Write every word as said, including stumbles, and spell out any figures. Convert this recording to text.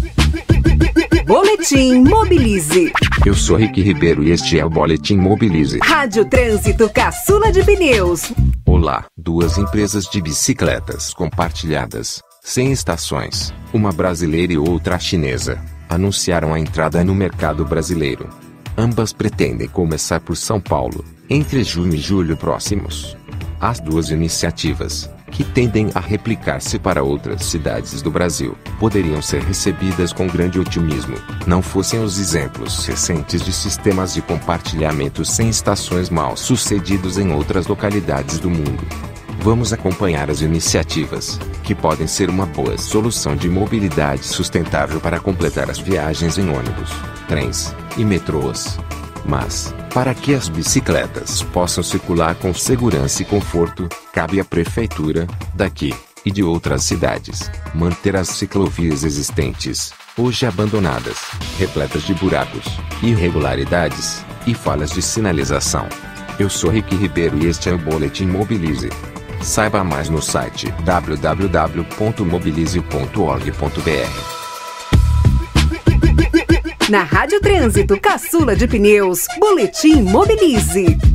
Boletim Mobilize. Eu sou Rick Ribeiro e este é o Boletim Mobilize. Rádio Trânsito Caçula de Pneus. Olá, duas empresas de bicicletas compartilhadas, sem estações, uma brasileira e outra chinesa, anunciaram a entrada no mercado brasileiro. Ambas pretendem começar por São Paulo, entre junho e julho próximos. As duas iniciativas, que tendem a replicar-se para outras cidades do Brasil, poderiam ser recebidas com grande otimismo, não fossem os exemplos recentes de sistemas de compartilhamento sem estações mal sucedidos em outras localidades do mundo. Vamos acompanhar as iniciativas, que podem ser uma boa solução de mobilidade sustentável para completar as viagens em ônibus, trens e metrôs. Mas, para que as bicicletas possam circular com segurança e conforto, cabe à Prefeitura, daqui, e de outras cidades, manter as ciclovias existentes, hoje abandonadas, repletas de buracos, irregularidades e falhas de sinalização. Eu sou Rick Ribeiro e este é o Boletim Mobilize. Saiba mais no site w w w ponto mobilize ponto org ponto b r. Na Rádio Trânsito Caçula de Pneus, Boletim Mobilize.